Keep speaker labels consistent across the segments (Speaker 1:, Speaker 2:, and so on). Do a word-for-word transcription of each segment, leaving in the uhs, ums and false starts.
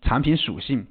Speaker 1: 产品属性。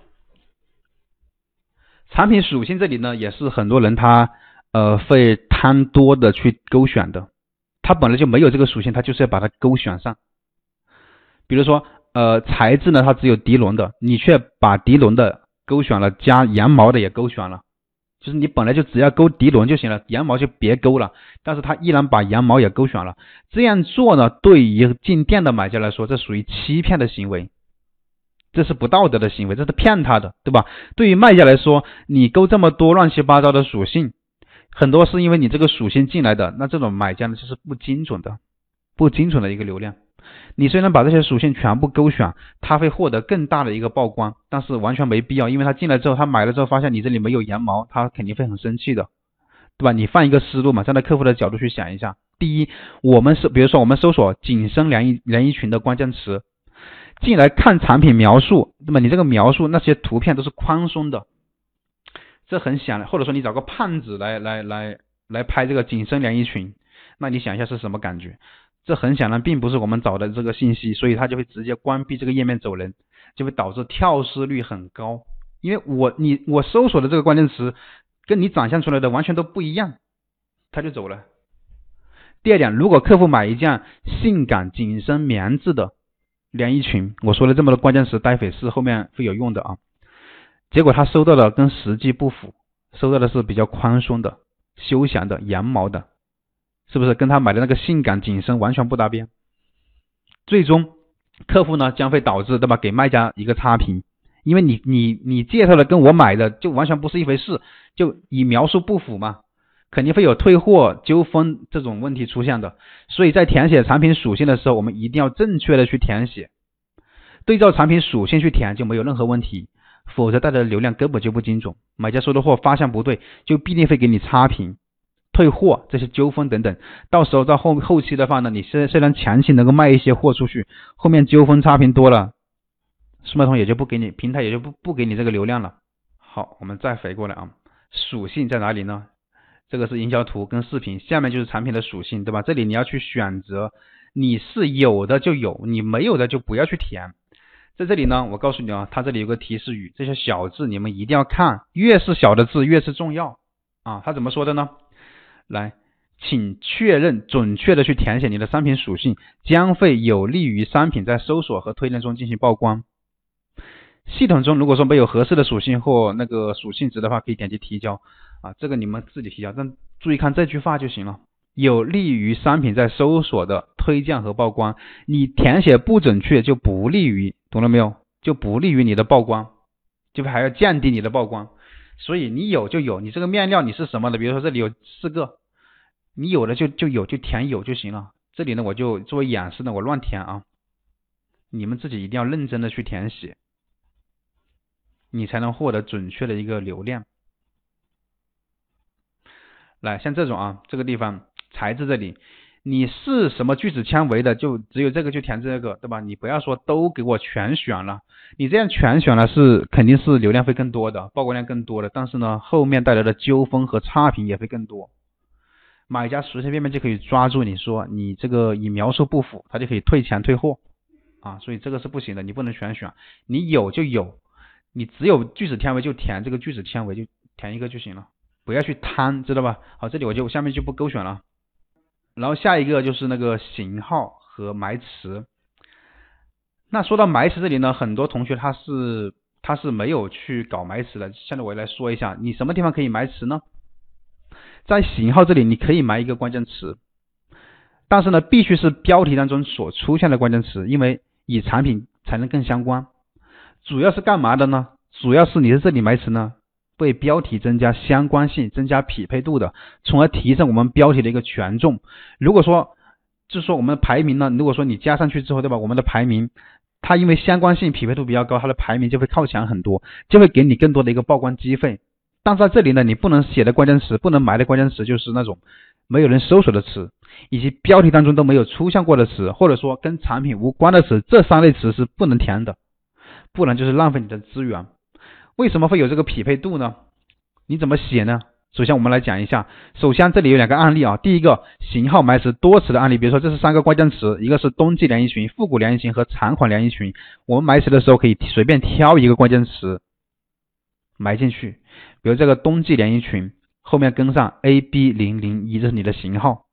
Speaker 1: 产品属性这里呢，也是很多人他呃会贪多的去勾选的，他本来就没有这个属性，他就是要把它勾选上。比如说呃材质呢，它只有涤纶的，你却把涤纶的勾选了，加羊毛的也勾选了，就是你本来就只要勾涤纶就行了，羊毛就别勾了，但是他依然把羊毛也勾选了。这样做呢，对于进店的买家来说，这属于欺骗的行为，这是不道德的行为，这是骗他的，对吧？对于卖家来说，你勾这么多乱七八糟的属性，很多是因为你这个属性进来的，那这种买家呢就是不精准的，不精准的一个流量。你虽然把这些属性全部勾选，他会获得更大的一个曝光，但是完全没必要，因为他进来之后，他买了之后发现你这里没有羊毛，他肯定会很生气的，对吧？你换一个思路嘛，站在客户的角度去想一下。第一，我们是比如说我们搜索紧身连衣连衣裙的关键词，进来看产品描述，那么你这个描述那些图片都是宽松的，这很显然，或者说你找个胖子来来来来拍这个紧身连衣裙，那你想一下是什么感觉？这很显然并不是我们找的这个信息，所以他就会直接关闭这个页面走人，就会导致跳失率很高。因为我你我搜索的这个关键词跟你展现出来的完全都不一样，他就走了。第二点，如果客户买一件性感紧身棉质的连衣裙，我说了这么多关键词，待会是后面会有用的啊。结果他收到的跟实际不符，收到的是比较宽松的、休闲的、羊毛的，是不是跟他买的那个性感紧身完全不搭边？最终客户呢将会导致，对吧，给卖家一个差评，因为你你你介绍的跟我买的就完全不是一回事，就以描述不符嘛，肯定会有退货纠纷这种问题出现的。所以在填写产品属性的时候，我们一定要正确的去填写，对照产品属性去填就没有任何问题，否则带来的流量根本就不精准，买家收的货发现不对，就必定会给你差评、退货这些纠纷等等。到时候到后后期的话呢，你虽虽然前期能够卖一些货出去，后面纠纷差评多了，速卖通也就不给你，平台也就不不给你这个流量了。好，我们再回过来啊，属性在哪里呢？这个是营销图跟视频，下面就是产品的属性，对吧？这里你要去选择，你是有的就有，你没有的就不要去填。在这里呢，我告诉你啊，它这里有个提示语，这些小字你们一定要看，越是小的字越是重要啊。它怎么说的呢？来，请确认准确的去填写你的商品属性，将会有利于商品在搜索和推荐中进行曝光。系统中如果说没有合适的属性或那个属性值的话，可以点击提交啊，这个你们自己提交，但注意看这句话就行了。有利于商品在搜索的推荐和曝光，你填写不准确就不利于，懂了没有？就不利于你的曝光，就还要降低你的曝光。所以你有就有，你这个面料你是什么的？比如说这里有四个，你有的就就有，就填有就行了。这里呢我就作为演示呢，我乱填啊，你们自己一定要认真的去填写，你才能获得准确的一个流量。来，像这种啊，这个地方材质这里，你是什么聚酯纤维的，就只有这个就填这个，对吧？你不要说都给我全选了，你这样全选了是肯定是流量会更多的，曝光量更多的，但是呢，后面带来的纠纷和差评也会更多。买家随随便便就可以抓住你说你这个以描述不符，他就可以退钱退货啊，所以这个是不行的，你不能全选，你有就有，你只有聚酯纤维就填这个聚酯纤维，就填一个就行了，不要去贪，知道吧？好，这里我就下面就不勾选了。然后下一个就是那个型号和埋词。那说到埋词这里呢，很多同学他是他是没有去搞埋词的，现在我来说一下，你什么地方可以埋词呢？在型号这里你可以埋一个关键词，但是呢必须是标题当中所出现的关键词，因为与产品才能更相关。主要是干嘛的呢？主要是你在这里埋词呢，为标题增加相关性，增加匹配度的，从而提升我们标题的一个权重。如果说就是说我们的排名呢，如果说你加上去之后，对吧，我们的排名它因为相关性匹配度比较高，它的排名就会靠前很多，就会给你更多的一个曝光机会。但是在这里呢，你不能写的关键词，不能埋的关键词就是那种没有人搜索的词，以及标题当中都没有出现过的词，或者说跟产品无关的词，这三类词是不能填的，不然就是浪费你的资源。为什么会有这个匹配度呢？你怎么写呢？ 首先我们来讲一下，首先这里有两个案例啊，第一个型号埋词多词的案例，比如说这是三个关键词，一个是冬季连衣裙、复古连衣裙和长款连衣裙，我们埋词的时候可以随便挑一个关键词埋进去，比如这个冬季连衣裙后面跟上 A B 零零一，这是你的型号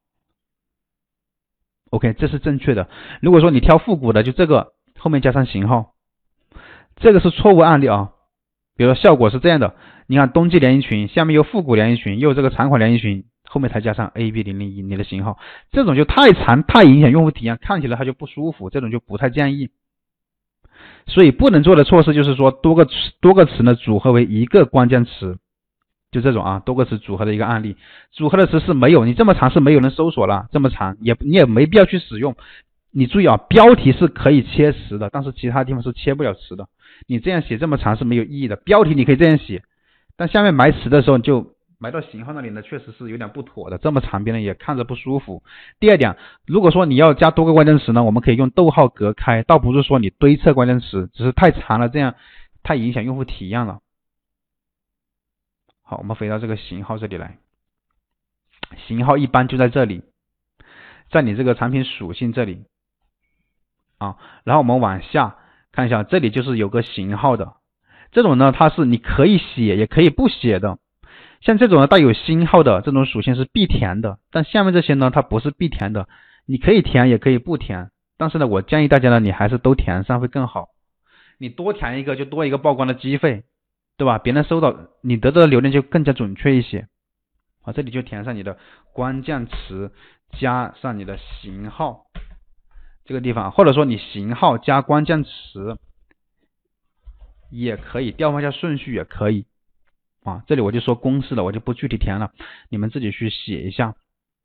Speaker 1: OK， 这是正确的。如果说你挑复古的，就这个后面加上型号，这个是错误案例啊。比如说效果是这样的，你看冬季连衣裙下面有复古连衣裙，又有这个长款连衣裙，后面才加上 A B 零零一 你的型号，这种就太长太影响用户体验，看起来它就不舒服，这种就不太建议。所以不能做的措施就是说多个多个词呢组合为一个关键词，就这种啊，多个词组合的一个案例，组合的词是没有，你这么长是没有人搜索了，这么长也你也没必要去使用。你注意啊，标题是可以切词的，但是其他地方是切不了词的。你这样写这么长是没有意义的，标题你可以这样写，但下面埋词的时候就埋到型号那里呢，确实是有点不妥的，这么长别人也看着不舒服。第二点，如果说你要加多个关键词呢，我们可以用逗号隔开，倒不是说你堆砌关键词，只是太长了，这样太影响用户体验了。好，我们回到这个型号这里来，型号一般就在这里，在你这个产品属性这里啊，然后我们往下看一下，这里就是有个型号的，这种呢它是你可以写也可以不写的，像这种呢带有星号的这种属性是必填的，但下面这些呢它不是必填的，你可以填也可以不填，但是呢我建议大家呢你还是都填上会更好，你多填一个就多一个曝光的机会，对吧？别人搜到你得到的流量就更加准确一些啊，这里就填上你的关键词加上你的型号这个地方，或者说你型号加关键词也可以，调换一下顺序也可以啊。这里我就说公式了，我就不具体填了，你们自己去写一下。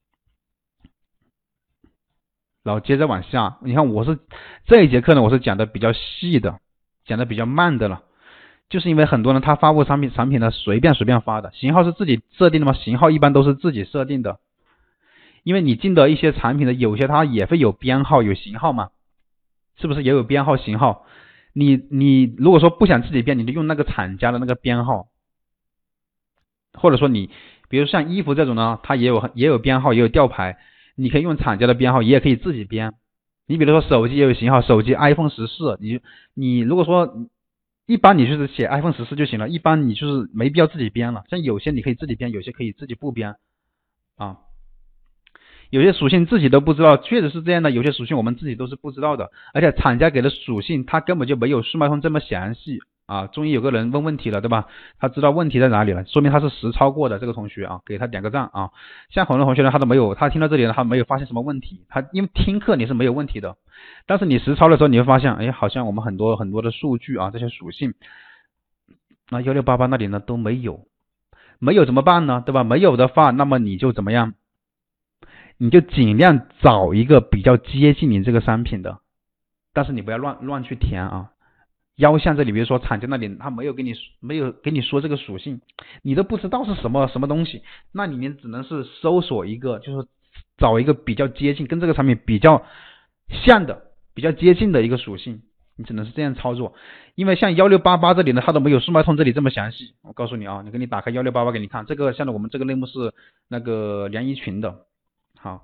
Speaker 1: 然后接着往下，你看我是这一节课呢，我是讲的比较细的，讲的比较慢的了，就是因为很多人他发布产品产品呢随便随便发的，型号是自己设定的吗？型号一般都是自己设定的。因为你进的一些产品的有些它也会有编号有型号嘛，是不是也有编号型号？你你如果说不想自己编，你就用那个厂家的那个编号，或者说你比如像衣服这种呢，它也有也有编号也有吊牌，你可以用厂家的编号，也可以自己编。你比如说手机也有型号，手机 iPhone 十四，你你如果说一般你就是写 iPhone 十四就行了，一般你就是没必要自己编了，像有些你可以自己编，有些可以自己不编啊。有些属性自己都不知道，确实是这样的，有些属性我们自己都是不知道的，而且厂家给的属性它根本就没有速卖通这么详细啊。终于有个人问问题了，对吧？他知道问题在哪里了，说明他是实操过的这个同学啊，给他点个赞啊。像很多同学呢，他都没有，他听到这里呢，他没有发现什么问题，他因为听课你是没有问题的，但是你实操的时候你会发现，哎，好像我们很多很多的数据啊，这些属性，那一六八八那里呢都没有，没有怎么办呢？对吧？没有的话，那么你就怎么样？你就尽量找一个比较接近你这个商品的，但是你不要乱乱去填啊。腰项这里，比如说厂家那里他没有给你没有给你说这个属性，你都不知道是什么什么东西，那你只能是搜索一个，就是找一个比较接近跟这个产品比较像的比较接近的一个属性，你只能是这样操作。因为像一六八八这里呢，它都没有速卖通这里这么详细。我告诉你啊，你给你打开一六八八给你看，这个像我们这个类目是那个连衣裙的。好，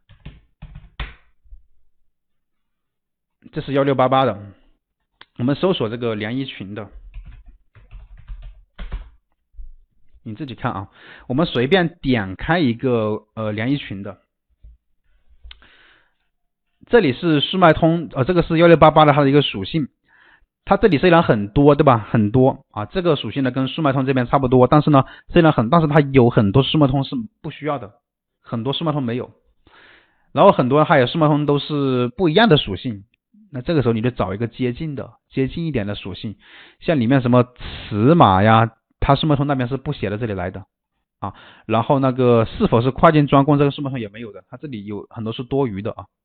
Speaker 1: 这是一六八八的，我们搜索这个连衣裙的，你自己看啊。我们随便点开一个呃连衣裙的，这里是速卖通，呃，这个是一六八八的它的一个属性，它这里虽然很多，对吧？很多啊，这个属性呢跟速卖通这边差不多，但是呢，虽然很，但是它有很多速卖通是不需要的，很多速卖通没有。然后很多还有速卖通都是不一样的属性，那这个时候你就找一个接近的接近一点的属性，像里面什么尺码呀，它速卖通那边是不写的这里来的啊。然后那个是否是跨境专供，这个速卖通也没有的，它这里有很多是多余的啊。